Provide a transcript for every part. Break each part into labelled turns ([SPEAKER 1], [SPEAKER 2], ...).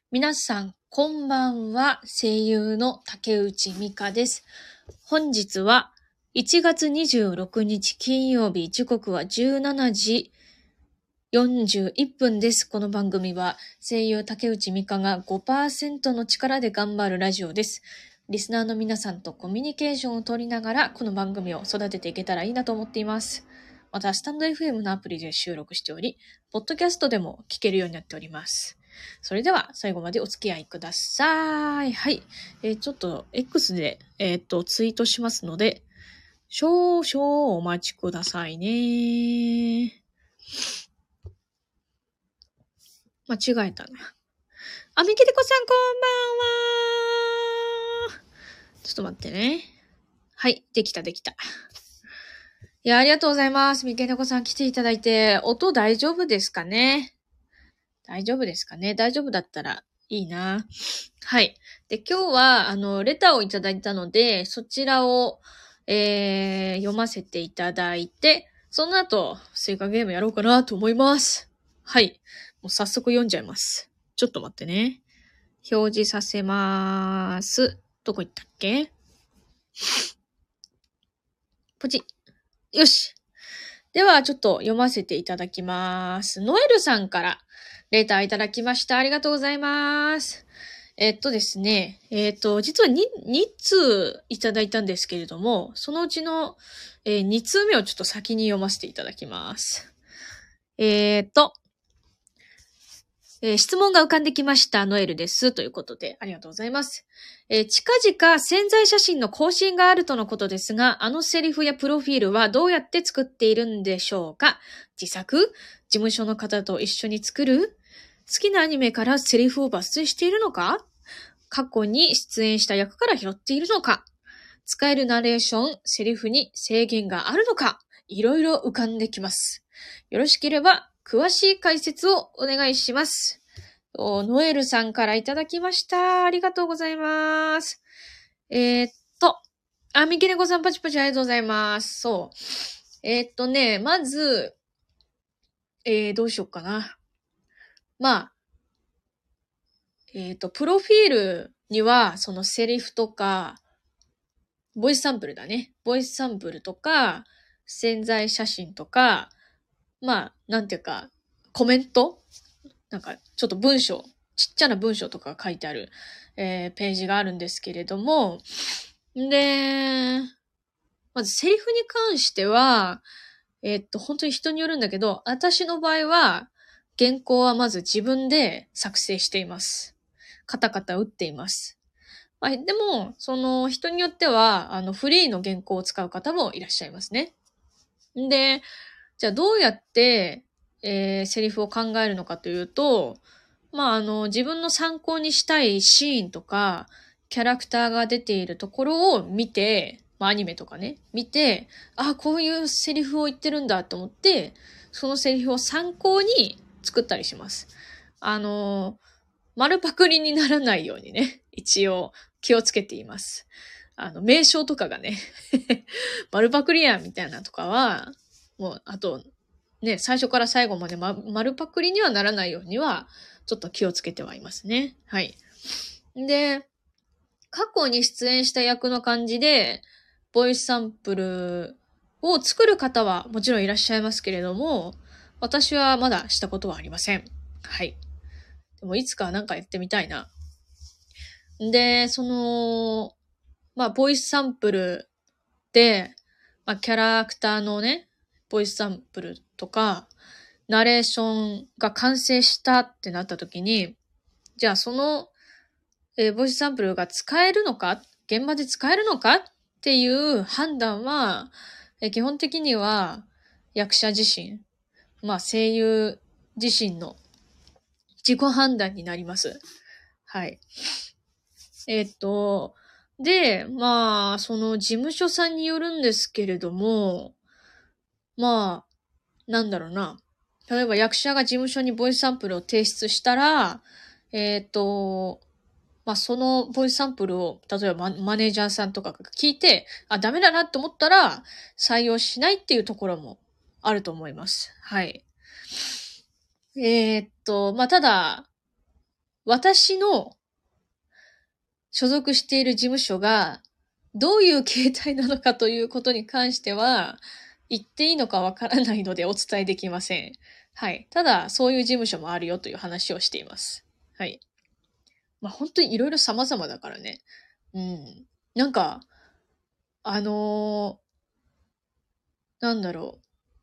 [SPEAKER 1] 皆さん、こんばんは。声優の竹内美香です。本日は1月26日金曜日、時刻は17時41分です。この番組は声優竹内美香が 5% の力で頑張るラジオです。リスナーの皆さんとコミュニケーションを取りながら、この番組を育てていけたらいいなと思っています。また、スタンド FM のアプリで収録しており、ポッドキャストでも聞けるようになっております。それでは、最後までお付き合いください。はい。ちょっと、X で、ツイートしますので、少々お待ちくださいね。間違えたな。あみきでこさん、こんばんは。ちょっと待ってね。はい、できた。いや、ありがとうございます。みけでこさん来ていただいて、音大丈夫ですかね？大丈夫ですかね？大丈夫だったらいいな。はい。で、今日は、レターをいただいたので、そちらを、読ませていただいて、その後、スイカゲームやろうかなと思います。はい。もう早速読んじゃいます。ちょっと待ってね。表示させます。どこ行ったっけ？ポチ。よし。では、ちょっと読ませていただきます。ノエルさんからレターいただきました。ありがとうございます。ですね。実は2通いただいたんですけれども、そのうちの、2通目をちょっと先に読ませていただきます。質問が浮かんできました。ノエルです。ということで、ありがとうございます。近々潜在写真の更新があるとのことですが、あのセリフやプロフィールはどうやって作っているんでしょうか？自作？事務所の方と一緒に作る？好きなアニメからセリフを抜粋しているのか？過去に出演した役から拾っているのか？使えるナレーション、セリフに制限があるのか？いろいろ浮かんできます。よろしければ、詳しい解説をお願いします。ノエルさんからいただきました。ありがとうございます。ミケネコさんパチパチありがとうございます。そう。まず、どうしようかな。まあ、プロフィールには、そのセリフとか、ボイスサンプルだね。ボイスサンプルとか、潜在写真とか、なんていうか、コメントなんか、ちょっとちっちゃな文章とかが書いてある、ページがあるんですけれども、で、まずセリフに関しては、本当に人によるんだけど、私の場合は、原稿はまず自分で作成しています。カタカタ打っています。でも、その人によっては、フリーの原稿を使う方もいらっしゃいますね。で、じゃあどうやって、セリフを考えるのかというと、自分の参考にしたいシーンとか、キャラクターが出ているところを見て、アニメとかね、見て、こういうセリフを言ってるんだと思って、そのセリフを参考に作ったりします。丸パクリにならないようにね、一応気をつけています。名称とかがね、丸パクリやんみたいなとかは、もう、あと、ね、最初から最後まで、丸パクリにはならないようには、ちょっと気をつけてはいますね。はい。で、過去に出演した役の感じで、ボイスサンプルを作る方はもちろんいらっしゃいますけれども、私はまだしたことはありません。はい。でもいつかなんかやってみたいな。で、ボイスサンプルで、キャラクターのね、ボイスサンプルとか、ナレーションが完成したってなった時に、じゃあその、ボイスサンプルが使えるのか、現場で使えるのかっていう判断は、基本的には役者自身、声優自身の自己判断になります。はい。で、その事務所さんによるんですけれども、なんだろうな。例えば役者が事務所にボイスサンプルを提出したら、そのボイスサンプルを、例えばマネージャーさんとかが聞いて、ダメだなって思ったら、採用しないっていうところもあると思います。はい。ただ、 私の所属している事務所がどういう形態なのかということに関しては、言っていいのかわからないのでお伝えできません。はい。ただ、そういう事務所もあるよという話をしています。はい。まあ、本当にいろいろ様々だからね。うん。なんか、あのなんだろう。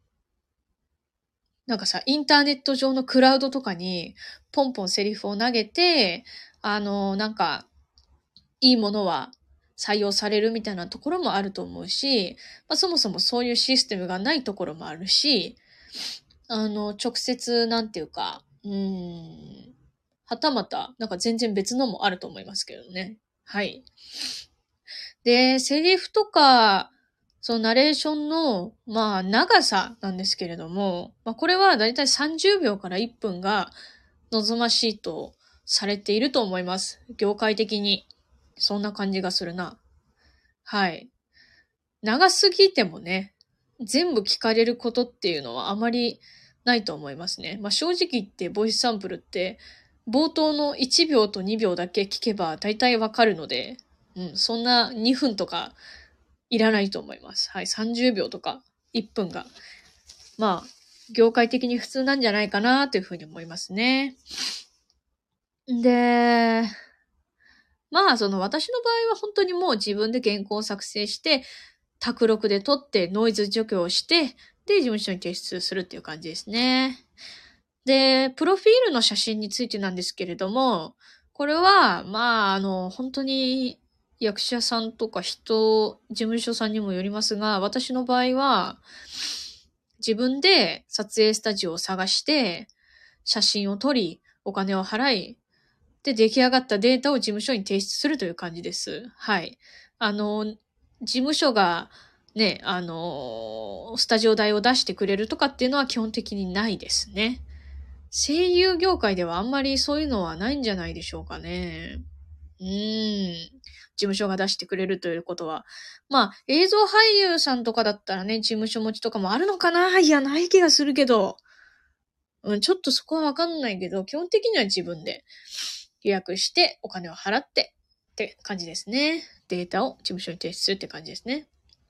[SPEAKER 1] なんかさ、インターネット上のクラウドとかに、ポンポンセリフを投げて、なんか、いいものは採用されるみたいなところもあると思うし、まあ、そもそもそういうシステムがないところもあるし、直接、なんていうか、はたまた、なんか全然別のもあると思いますけどね。はい。で、セリフとか、そのナレーションの、まあ、長さなんですけれども、まあ、これはだいたい30秒から1分が望ましいとされていると思います。業界的に。そんな感じがするな。はい。長すぎてもね、全部聞かれることっていうのはあまりないと思いますね。まあ、正直言ってボイスサンプルって冒頭の1秒と2秒だけ聞けば大体わかるので、そんな2分とかいらないと思います。はい、30秒とか1分が、まあ、業界的に普通なんじゃないかなというふうに思いますね。で、まあ、その私の場合は本当にもう自分で原稿を作成して、卓録で撮ってノイズ除去をして、で、事務所に提出するっていう感じですね。で、プロフィールの写真についてなんですけれども、これは、まあ、本当に役者さんとか事務所さんにもよりますが、私の場合は、自分で撮影スタジオを探して、写真を撮り、お金を払い、で、出来上がったデータを事務所に提出するという感じです。はい。事務所がね、スタジオ代を出してくれるとかっていうのは基本的にないですね。声優業界ではあんまりそういうのはないんじゃないでしょうかね。事務所が出してくれるということは。まあ、映像俳優さんとかだったらね、事務所持ちとかもあるのかな？いや、ない気がするけど。ちょっとそこはわかんないけど、基本的には自分で予約してお金を払ってって感じですね。データを事務所に提出するって感じですね。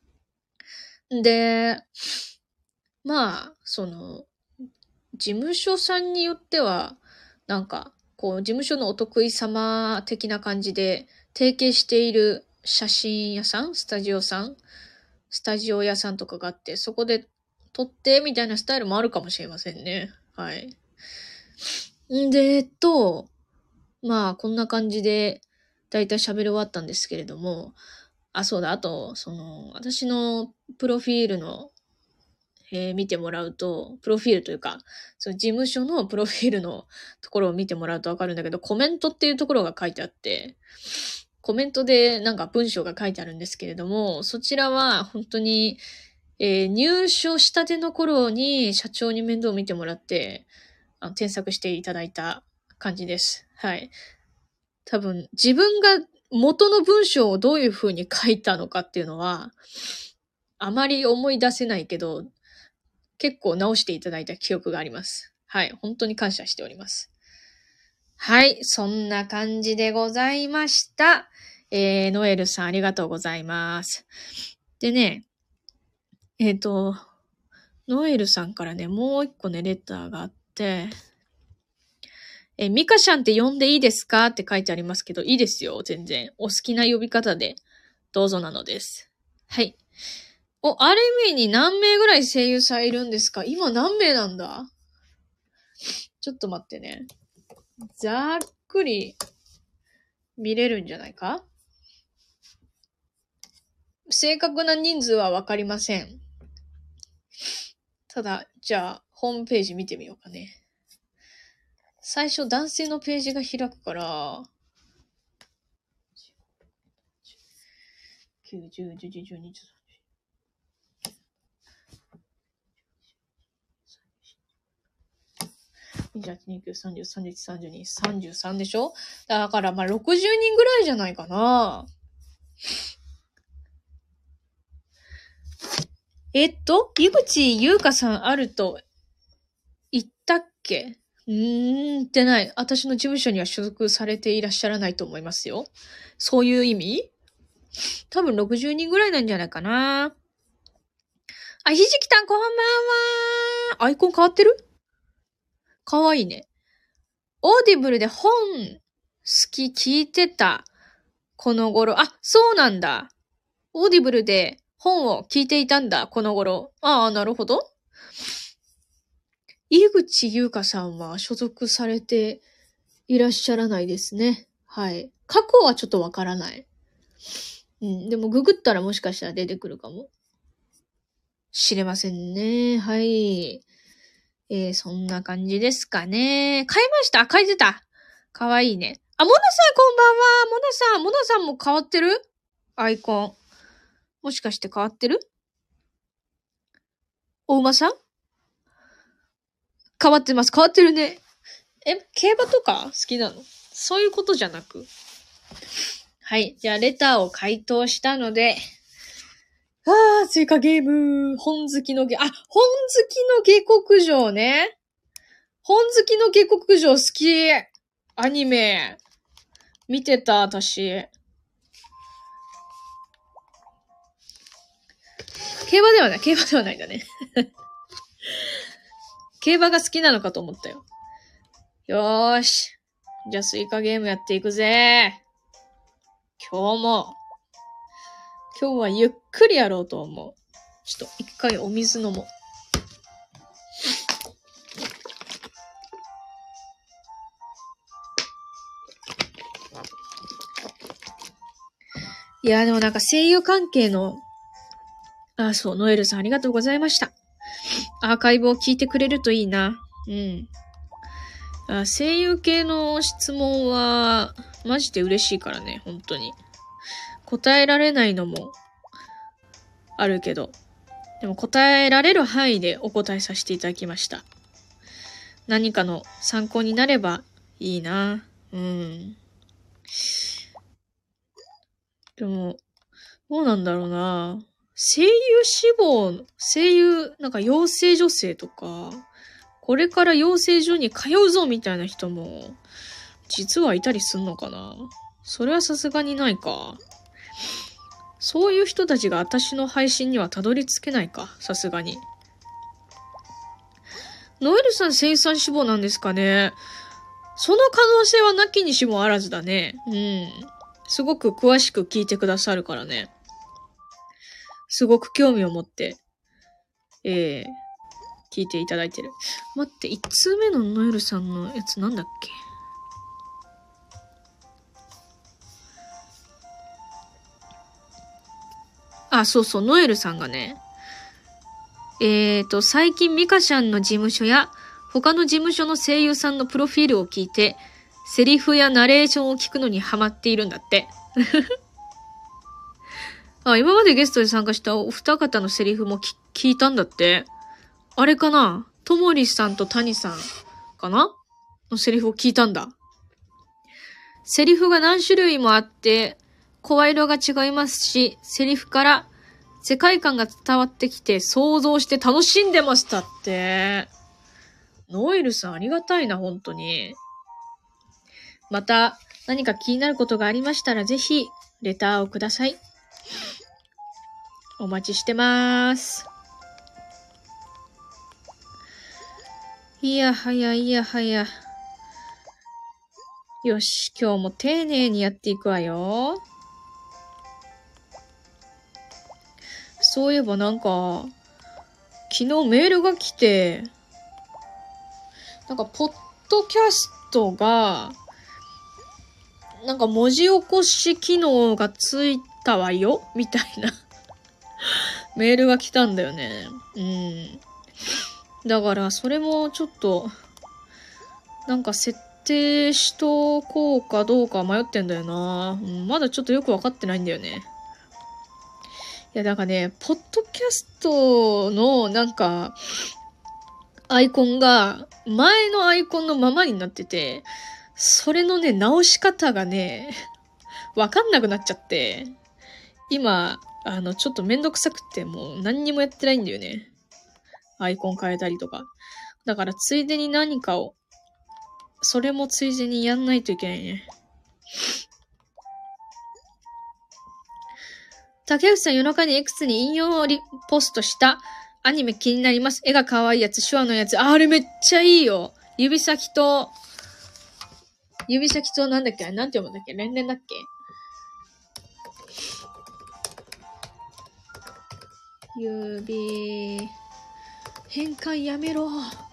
[SPEAKER 1] で、まあ、事務所さんによっては、なんか、こう、事務所のお得意様的な感じで、提携している写真屋さん、スタジオ屋さんとかがあって、そこで撮ってみたいなスタイルもあるかもしれませんね。はい。まあ、こんな感じで、だいたい喋り終わったんですけれども、そうだ、あと、私のプロフィールの、見てもらうと、プロフィールというか、その事務所のプロフィールのところを見てもらうとわかるんだけど、コメントっていうところが書いてあって、コメントでなんか文章が書いてあるんですけれども、そちらは本当に、入所したての頃に社長に面倒を見てもらって、添削していただいた感じです。はい。多分、自分が元の文章をどういう風に書いたのかっていうのは、あまり思い出せないけど、結構直していただいた記憶があります。はい。本当に感謝しております。はい。そんな感じでございました。ノエルさんありがとうございます。でね、ノエルさんからね、もう一個ね、レターがあって、ミカシャンって呼んでいいですかって書いてありますけど、いいですよ、全然。お好きな呼び方で、どうぞなのです。はい。アルミに何名ぐらい声優さんいるんですか？今何名なんだ？ちょっと待ってね。ざっくり見れるんじゃないか？正確な人数はわかりません。ただ、じゃあ、ホームページ見てみようかね。最初男性のページが開くから、9、10、11、12、28、29、30、31、32、33でしょ？だからまあ60人ぐらいじゃないかな。井口優香さんあると言ったっけ？ ってない。私の事務所には所属されていらっしゃらないと思いますよ。そういう意味？多分60人ぐらいなんじゃないかな。あ、ひじきたんこんばんは。アイコン変わってる？かわいいね。オーディブルで本好き聞いてた。この頃。あ、そうなんだ。オーディブルで本を聞いていたんだ。この頃。ああ、なるほど。井口優香さんは所属されていらっしゃらないですね。はい。過去はちょっとわからない。でもググったらもしかしたら出てくるかもしれませんね。はい。そんな感じですかね。買いました？買いてた。かわいいね。あ、モナさんこんばんは。モナさんも変わってる？アイコン。もしかして変わってる？お馬さん？変わってます。変わってるね。競馬とか好きなの？そういうことじゃなく。はい。じゃあ、レターを回答したので、追加ゲーム。本好きの本好きの下克上ね。本好きの下克上好き。アニメ。見てた、私。競馬ではないんだね。競馬が好きなのかと思ったよ。よーし。じゃあ、スイカゲームやっていくぜ。今日はゆっくりやろうと思う。ちょっと一回お水飲もう。いや、でもなんか声優関係の、そう、ノエルさんありがとうございました。アーカイブを聞いてくれるといいな。声優系の質問は、マジで嬉しいからね、本当に。答えられないのも、あるけど。でも答えられる範囲でお答えさせていただきました。何かの参考になればいいな。でも、どうなんだろうな。なんか養成女性とか、これから養成所に通うぞみたいな人も、実はいたりすんのかな。それはさすがにないか。そういう人たちが私の配信にはたどり着けないか、さすがに。ノエルさん生産志望なんですかね。その可能性はなきにしもあらずだね。すごく詳しく聞いてくださるからね。すごく興味を持って、聞いていただいてる。待って、1通目のノエルさんのやつなんだっけ？そうそう、ノエルさんがね、最近ミカちゃんの事務所や他の事務所の声優さんのプロフィールを聞いて、セリフやナレーションを聞くのにハマっているんだって。今までゲストで参加したお二方のセリフも聞いたんだって。あれかな？ともりさんと谷さんかなのセリフを聞いたんだ。セリフが何種類もあって、声色が違いますし、セリフから世界観が伝わってきて想像して楽しんでましたって。ノエルさんありがたいな、本当に。また何か気になることがありましたらぜひレターをください。お待ちしてまーす。いやはや。よし、今日も丁寧にやっていくわよ。そういえばなんか、昨日メールが来て、なんか、ポッドキャストが、なんか文字起こし機能がついたわよみたいなメールが来たんだよね。だから、それもちょっと、なんか設定しとこうかどうか迷ってんだよな。まだちょっとよくわかってないんだよね。いや、なんかね、ポッドキャストのなんか、アイコンが前のアイコンのままになってて、それのね、直し方がね、わかんなくなっちゃって、今、ちょっとめんどくさくてもう何にもやってないんだよね。アイコン変えたりとか。だからついでに何かをそれもついでにやんないといけないね。竹内さん夜中に X に引用リポストしたアニメ気になります。絵が可愛いやつ、手話のやつ。あれめっちゃいいよ。指先となんだっけ、なんて読むんだっけ、連々だっけ。指、変換やめろ。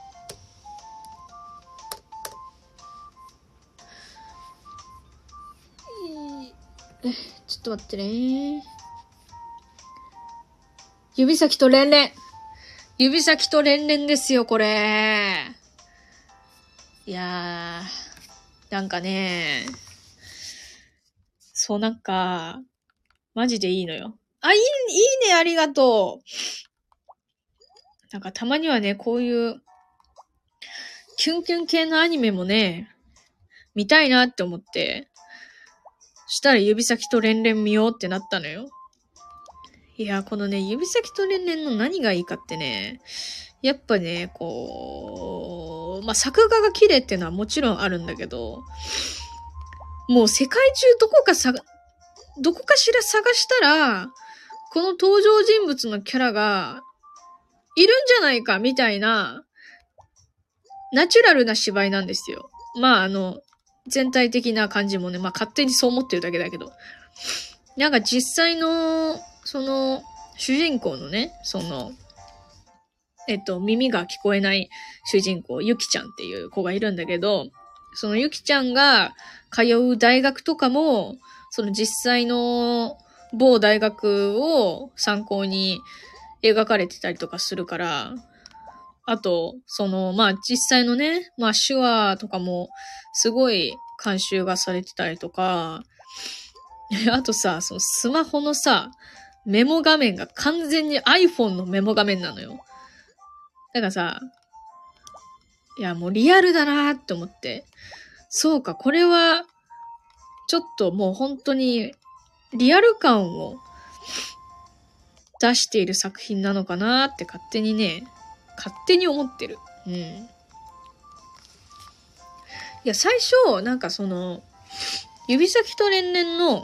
[SPEAKER 1] ちょっと待ってね。指先と連々。指先と連々ですよ、これ。いやー、なんかね、そうなんか、マジでいいのよ。あ、いいね、ありがとう。なんかたまにはね、こういう、キュンキュン系のアニメもね、見たいなって思って、したら指先と連々見ようってなったのよ。いや、このね、指先と連々の何がいいかってね、やっぱね、こう、まあ、作画が綺麗っていうのはもちろんあるんだけど、もう世界中どこかしら探したら、この登場人物のキャラがいるんじゃないかみたいな、ナチュラルな芝居なんですよ。まあ、全体的な感じもね、まあ勝手にそう思ってるだけだけど。なんか実際の、主人公のね、耳が聞こえない主人公、ゆきちゃんっていう子がいるんだけど、そのゆきちゃんが通う大学とかも、その実際の某大学を参考に描かれてたりとかするから、あと、まあ実際のね、まあ手話とかもすごい監修がされてたりとか、あとさ、そのスマホのさ、メモ画面が完全に iPhone のメモ画面なのよ。だからさ、いやもうリアルだなーって思って。そうか、これは、ちょっともう本当にリアル感を出している作品なのかなーって勝手に思ってる。うん。いや、最初、なんか指先と連々の、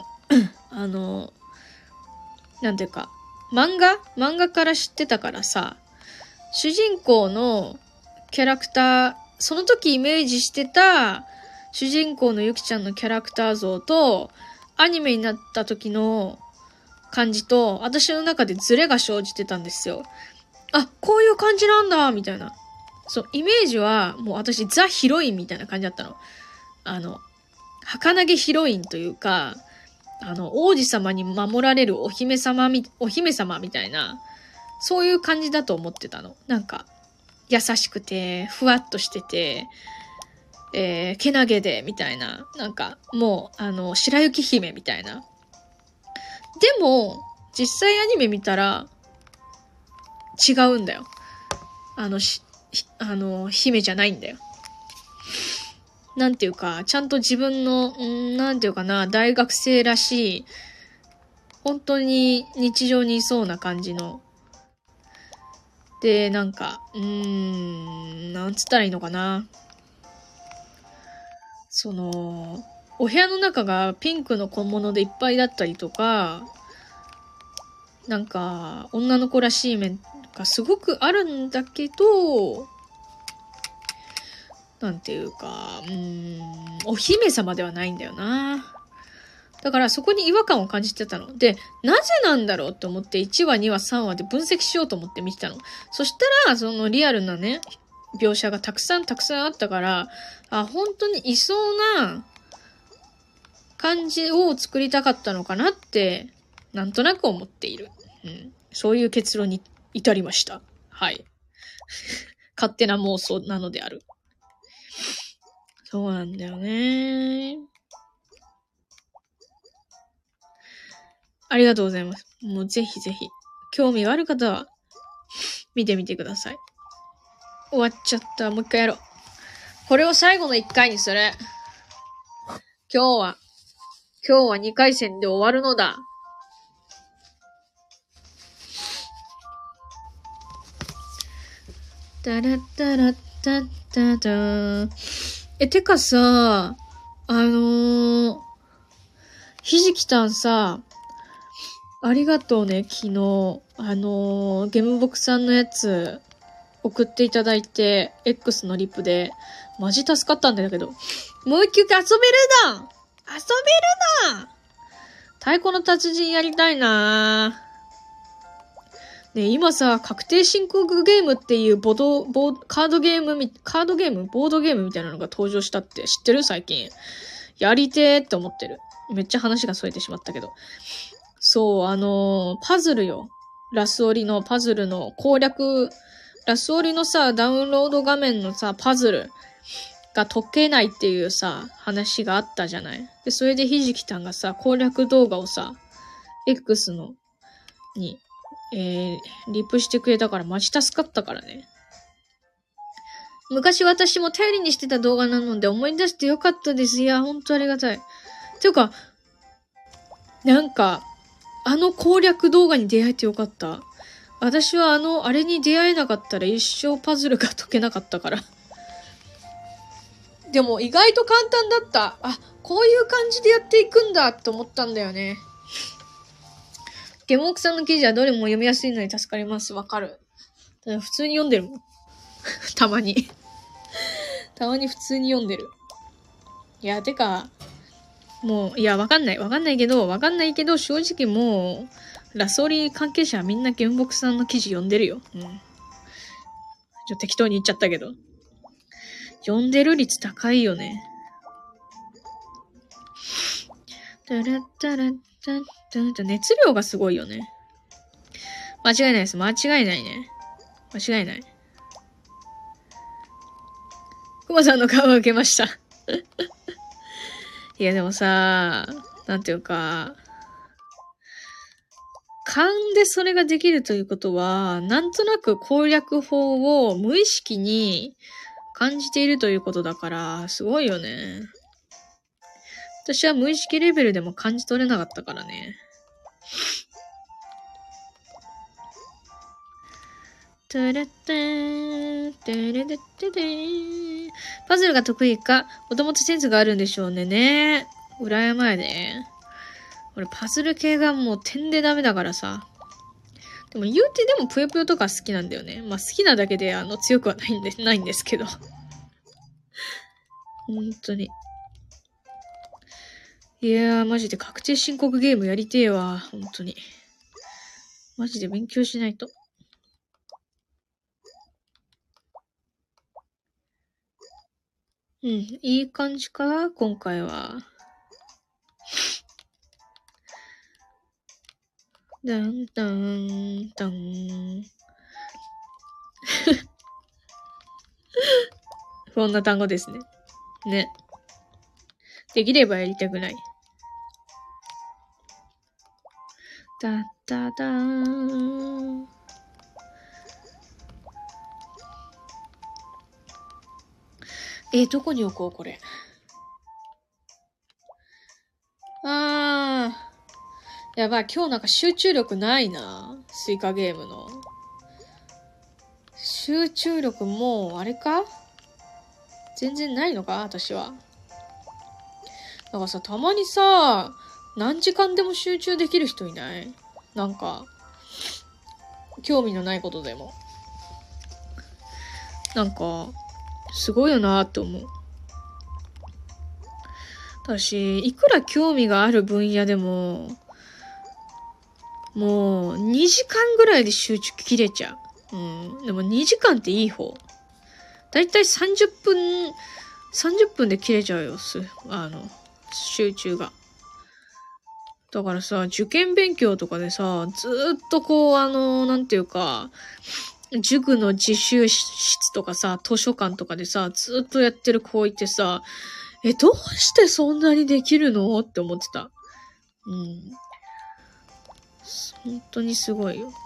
[SPEAKER 1] なんていうか、漫画から知ってたからさ、主人公のキャラクター、その時イメージしてた主人公のゆきちゃんのキャラクター像と、アニメになった時の感じと、私の中でズレが生じてたんですよ。あ、こういう感じなんだみたいな。そう、イメージは、もう私、ザ・ヒロインみたいな感じだったの。儚げヒロインというか、王子様に守られるお姫様みたいな、そういう感じだと思ってたの。なんか、優しくて、ふわっとしてて、けなげで、みたいな。なんか、もう、白雪姫みたいな。でも、実際アニメ見たら、違うんだよ。姫じゃないんだよ。なんていうか、ちゃんと自分の、なんていうかな、大学生らしい、本当に日常にいそうな感じの。で、なんか、なんつったらいいのかな。お部屋の中がピンクの小物でいっぱいだったりとか、なんか、女の子らしい面がすごくあるんだけど、なんていうか、お姫様ではないんだよな。だからそこに違和感を感じてたの。で、なぜなんだろうって思って1話、2話、3話で分析しようと思って見てたの。そしたら、そのリアルなね、描写がたくさんあったから、あ、本当にいそうな感じを作りたかったのかなって、なんとなく思っている。そういう結論に至りました。はい。勝手な妄想なのである。そうなんだよね。ありがとうございます。もうぜひぜひ、興味がある方は、見てみてください。終わっちゃった。もう一回やろう。これを最後の1回にする。今日は2回戦で終わるのだ。タラッタラッタッタタてかさ、ひじきたんさ、ありがとうね、昨日。ゲームボックスさんのやつ、送っていただいて、X のリップで、マジ助かったんだけど。もう一曲遊べるな遊べるな太鼓の達人やりたいなね、今さ、確定申告ゲームっていうカードゲームボードゲームみたいなのが登場したって知ってる最近。やりてーって思ってる。めっちゃ話が逸れてしまったけど。そう、パズルよ。ラスオリのパズルの攻略、ラスオリのさ、ダウンロード画面のさ、パズルが解けないっていうさ、話があったじゃない。で、それでひじきたんがさ、攻略動画をさ、X に、リプしてくれたからマジ助かったからね。昔私も頼りにしてた動画なので思い出してよかったです。いや、ほんとありがたい。ていうか、なんか、あの攻略動画に出会えてよかった。私はあれに出会えなかったら一生パズルが解けなかったから。でも意外と簡単だった。あ、こういう感じでやっていくんだって思ったんだよね。ゲモークさんの記事はどれも読みやすいのに助かります。わかる。ただ普通に読んでるもん。たまに。たまに普通に読んでる。いや、てか、もう、いや、わかんないけど、正直もう、ラソーリ関係者はみんなゲンボクさんの記事読んでるよ。うん。適当に言っちゃったけど。読んでる率高いよね。熱量がすごいよね。間違いないです。間違いないね。間違いない。くまさんの顔を受けました。いやでもさ、なんていうか、勘でそれができるということは、なんとなく攻略法を無意識に感じているということだから、すごいよね。私は無意識レベルでも感じ取れなかったからね。パズルが得意か、もともとセンスがあるんでしょうね。ねえ。羨まやね。俺パズル系がもう点でダメだからさ。でも言うてでもぷよぷよとか好きなんだよね。まあ好きなだけで強くはないんですけど。本当に。いやーマジで確定申告ゲームやりてえわ。本当に。マジで勉強しないと。うん、いい感じか今回は。ダンダンダン。そんな単語ですね。ね。できればやりたくない。ダッダダーン。どこに置こうこれ。やばい、今日なんか集中力ないな。スイカゲームの。集中力もう、あれか全然ないのか私は。なんかさ、たまにさ、何時間でも集中できる人いないなんか、興味のないことでも。なんか、すごいよなって思う。私、いくら興味がある分野でも、もう、2時間ぐらいで集中切れちゃう。うん。でも2時間っていい方。だいたい30分で切れちゃうよ、集中が。だからさ、受験勉強とかでさ、ずーっとこう、なんていうか、塾の自習室とかさ、図書館とかでさ、ずーっとやってる子いてさ、どうしてそんなにできるのって思ってた。うん。本当にすごいよ。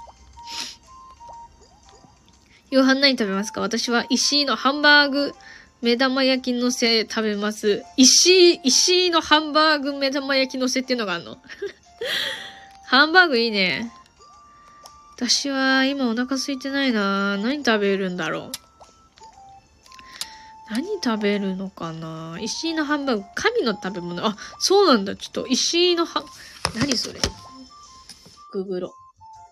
[SPEAKER 1] 夕飯何食べますか？私は石井のハンバーグ目玉焼きのせ食べます。石井のハンバーグ目玉焼きのせっていうのがあるの。ハンバーグいいね。私は今お腹空いてないな。何食べるんだろう。 何食べるのかな。石井のハンバーグ、神の食べ物。あ、そうなんだ。ちょっと石井の何それ。ググロ。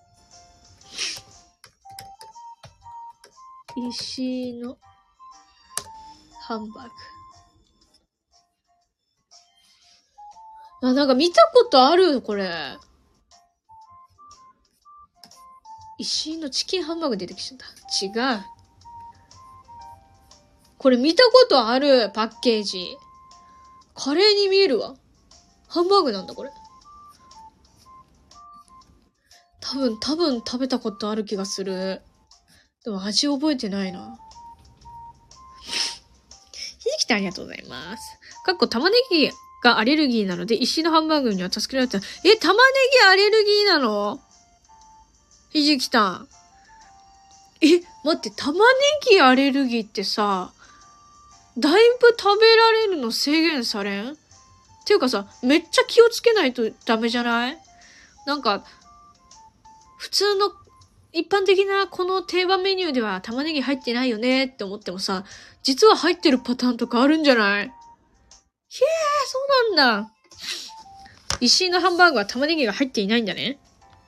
[SPEAKER 1] 石井のハンバーグ。あ、なんか見たことあるこれ。石井のチキンハンバーグ出てきちゃった。違う。これ見たことあるパッケージ。カレーに見えるわ。ハンバーグなんだこれ。多分食べたことある気がする。でも味覚えてないな。ひじきてありがとうございます。玉ねぎがアレルギーなので、石のハンバーグには助けられた。玉ねぎアレルギーなの？ひじきたん。待って、玉ねぎアレルギーってさ、だいぶ食べられるの制限されん？っていうかさ、めっちゃ気をつけないとダメじゃない？なんか、普通の一般的なこの定番メニューでは玉ねぎ入ってないよねって思ってもさ、実は入ってるパターンとかあるんじゃない？そうなんだ。石井のハンバーグは玉ねぎが入っていないんだね。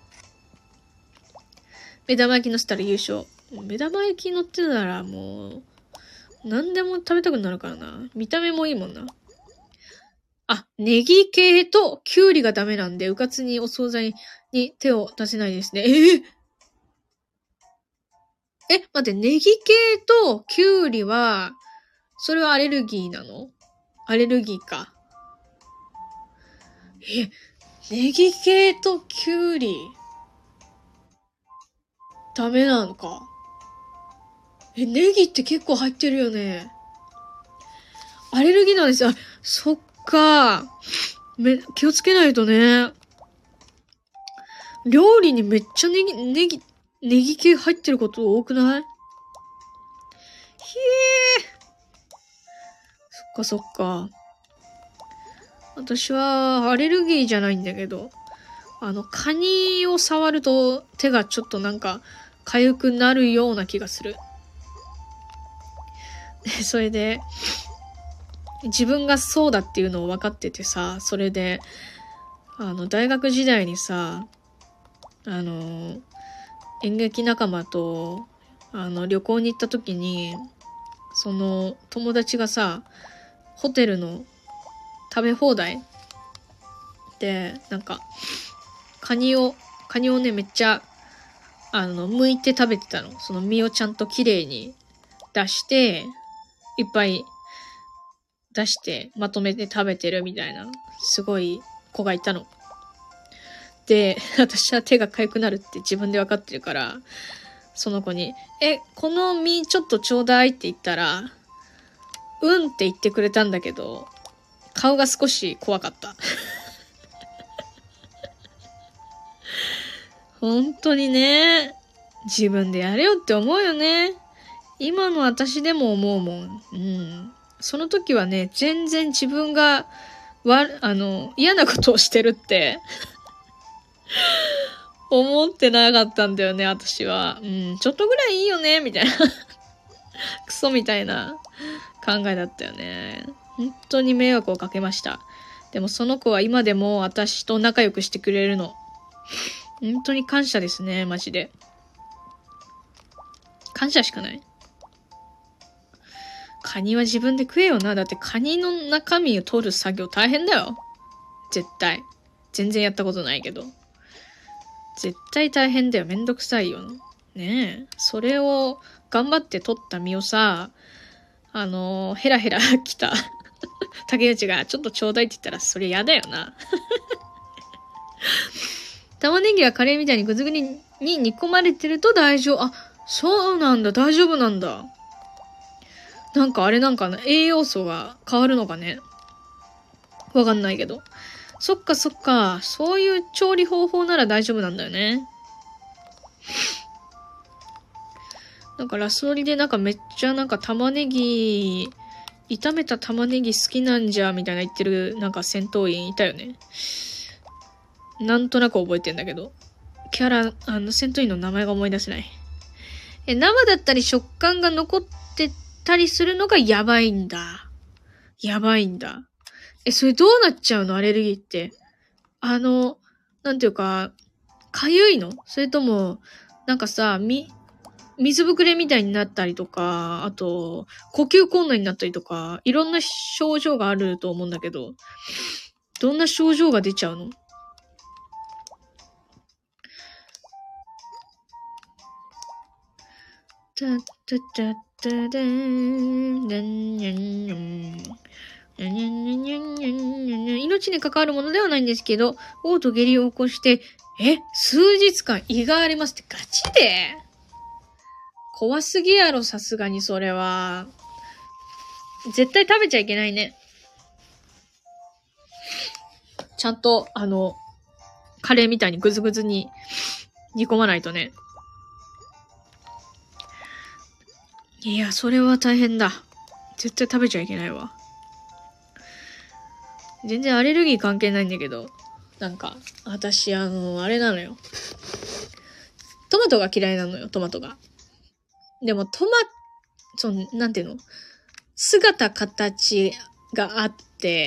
[SPEAKER 1] 目玉焼き乗せたら優勝。目玉焼き乗ってたらもう、何でも食べたくなるからな。見た目もいいもんな。あ、ネギ系とキュウリがダメなんで、うかつにお惣菜に手を出せないですね。待って、ネギ系とキュウリは、それはアレルギーなの？アレルギーか。ネギ系とキュウリ、ダメなのか。ネギって結構入ってるよね。アレルギーなんですよ。そっか。気をつけないとね。料理にめっちゃネギ系入ってること多くない？そっか。私はアレルギーじゃないんだけど、カニを触ると手がちょっとなんか痒くなるような気がする。それで、自分がそうだっていうのを分かっててさ、それで、大学時代にさ、演劇仲間と、旅行に行った時に、その友達がさ、ホテルの食べ放題で、なんか、カニをね、めっちゃ、剥いて食べてたの。その身をちゃんと綺麗に出して、いっぱい出して、まとめて食べてるみたいな、すごい子がいたの。で、私は手が痒くなるって自分で分かってるから、その子に、この身ちょっとちょうだいって言ったら、うんって言ってくれたんだけど、顔が少し怖かった。本当にね、自分でやれよって思うよね。今の私でも思うもん。その時はね、全然自分が嫌なことをしてるって思ってなかったんだよね、私は。ちょっとぐらいいいよね、みたいな。クソみたいな考えだったよね。本当に迷惑をかけました。でもその子は今でも私と仲良くしてくれるの。本当に感謝ですね、マジで。感謝しかない。カニは自分で食えよな。だってカニの中身を取る作業大変だよ。絶対。全然やったことないけど。絶対大変だよ。めんどくさいよ。ねえ。それを頑張って取った身をさ、ヘラヘラ来た竹内がちょっとちょうだいって言ったらそれ嫌だよな。玉ねぎはカレーみたいにぐずぐりに煮込まれてると大丈夫。あ、そうなんだ。大丈夫なんだ。なんかあれなんかな、栄養素が変わるのかね。わかんないけど。そっか。そういう調理方法なら大丈夫なんだよね。なんかラスオリでなんかめっちゃなんか炒めた玉ねぎ好きなんじゃみたいな言ってるなんか戦闘員いたよね。なんとなく覚えてんだけど。戦闘員の名前が思い出せない。生だったり食感が残ってたりするのがやばいんだ。やばいんだ。それどうなっちゃうのアレルギーって。なんていうか、かゆいの？それとも、なんかさ、水ぶくれみたいになったりとか、あと、呼吸困難になったりとか、いろんな症状があると思うんだけど、どんな症状が出ちゃうの？命に関わるものではないんですけど、嘔吐下痢を起こして、数日間胃が荒れますってガチで？怖すぎやろ、さすがにそれは。絶対食べちゃいけないね。ちゃんと、カレーみたいにグズグズに煮込まないとね。いや、それは大変だ。絶対食べちゃいけないわ。全然アレルギー関係ないんだけど、なんか、私、あれなのよ。トマトが嫌いなのよ、トマトが。でも、なんていうの？姿形があって、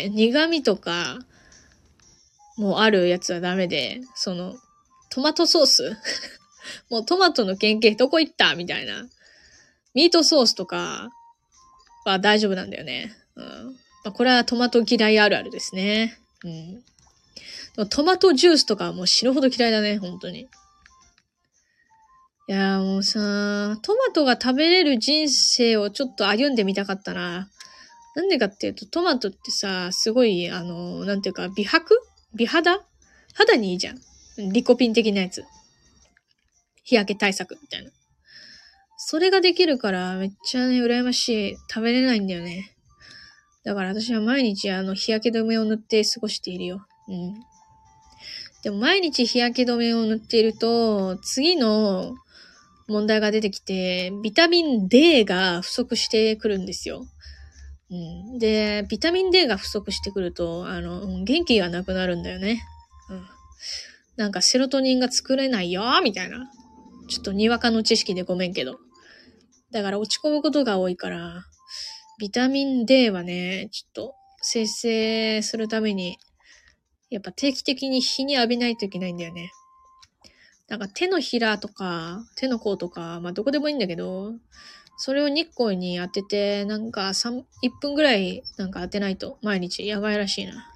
[SPEAKER 1] 苦味とか、もうあるやつはダメで、トマトソースもうトマトの原型どこ行ったみたいな。ミートソースとかは大丈夫なんだよね。これはトマト嫌いあるあるですね。トマトジュースとかはもう死ぬほど嫌いだね、本当に。いやもうさ、トマトが食べれる人生をちょっと歩んでみたかったな。なんでかっていうと、トマトってさ、すごい、なんていうか、美肌にいいじゃん。リコピン的なやつ。日焼け対策みたいな。それができるから、めっちゃね、羨ましい。食べれないんだよね。だから私は毎日日焼け止めを塗って過ごしているよ。でも毎日日焼け止めを塗っていると、次の問題が出てきて、ビタミン D が不足してくるんですよ。で、ビタミン D が不足してくると、元気がなくなるんだよね。なんかセロトニンが作れないよ、みたいな。ちょっとにわかの知識でごめんけど。だから落ち込むことが多いから、ビタミン D はね、ちょっと生成するために、やっぱ定期的に日に浴びないといけないんだよね。なんか手のひらとか、手の甲とか、まあどこでもいいんだけど、それを日光に当てて、なんか1分ぐらいなんか当てないと、毎日やばいらしいな。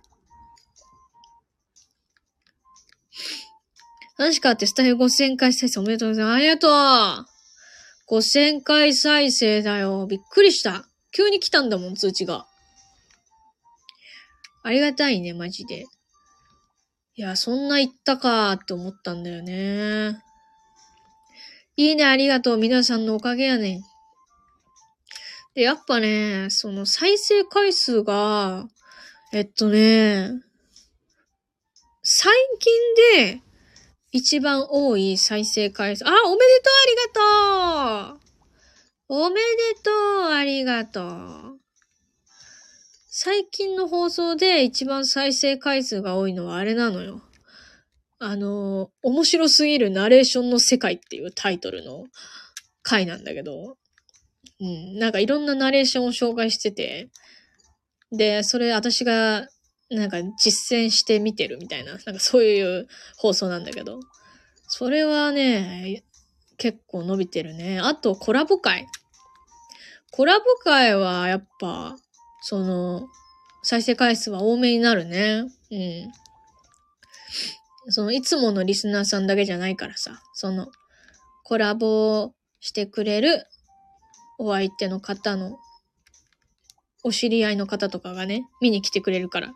[SPEAKER 1] 確かってスタイル5000回再生おめでとうございます。ありがとう !5000 回再生だよ。びっくりした。急に来たんだもん、通知が。ありがたいね、マジで。いや、そんな言ったかーって思ったんだよね。いいね、ありがとう。皆さんのおかげやねん。で、やっぱね、再生回数が、最近で一番多い再生回数。おめでとう、ありがとう。おめでとう、ありがとう。最近の放送で一番再生回数が多いのはあれなのよ。面白すぎるナレーションの世界っていうタイトルの回なんだけど、なんかいろんなナレーションを紹介してて、で、それ私がなんか実践してみてるみたいな、なんかそういう放送なんだけど、それはね、結構伸びてるね。あとコラボ会。コラボ会はやっぱ、再生回数は多めになるね。いつものリスナーさんだけじゃないからさ、コラボしてくれるお相手の方の、お知り合いの方とかがね、見に来てくれるから。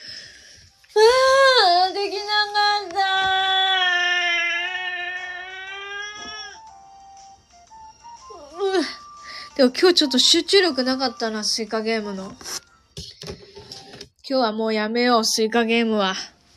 [SPEAKER 1] できなかった。でも今日ちょっと集中力なかったな、スイカゲームの。今日はもうやめよう、スイカゲームは。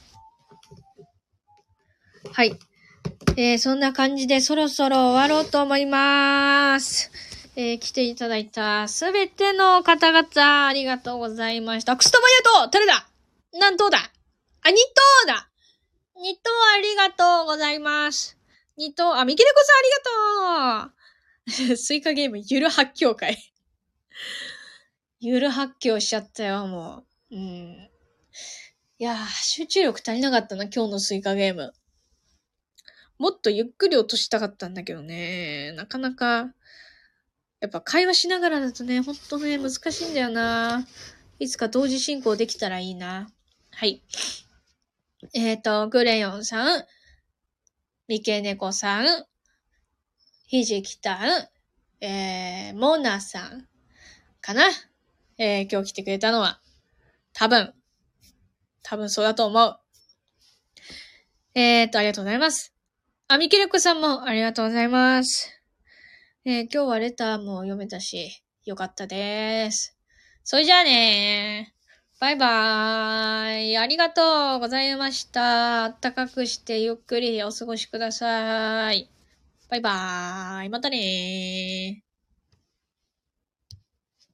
[SPEAKER 1] はい。そんな感じでそろそろ終わろうと思います。来ていただいたすべての方々、ありがとうございました。くすともありがとう！誰だ？何頭だ？2頭だ！ 2 頭ありがとうございます。2頭、みきねこさんありがとうスイカゲームゆる発狂会。 ゆる発狂しちゃったよ、もう。いやー、集中力足りなかったな、今日のスイカゲーム。もっとゆっくり落としたかったんだけどね。なかなか、やっぱ会話しながらだとね、ほんとね、難しいんだよな。いつか同時進行できたらいいな。はい。クレヨンさん、三毛猫さん、ひじきたん、モナさんかな。今日来てくれたのは、多分そうだと思う。ありがとうございます。みけれこさんもありがとうございます。今日はレターも読めたし、よかったです。それじゃあねバイバーイ。ありがとうございました。あったかくしてゆっくりお過ごしください。バイバーイ。またねー。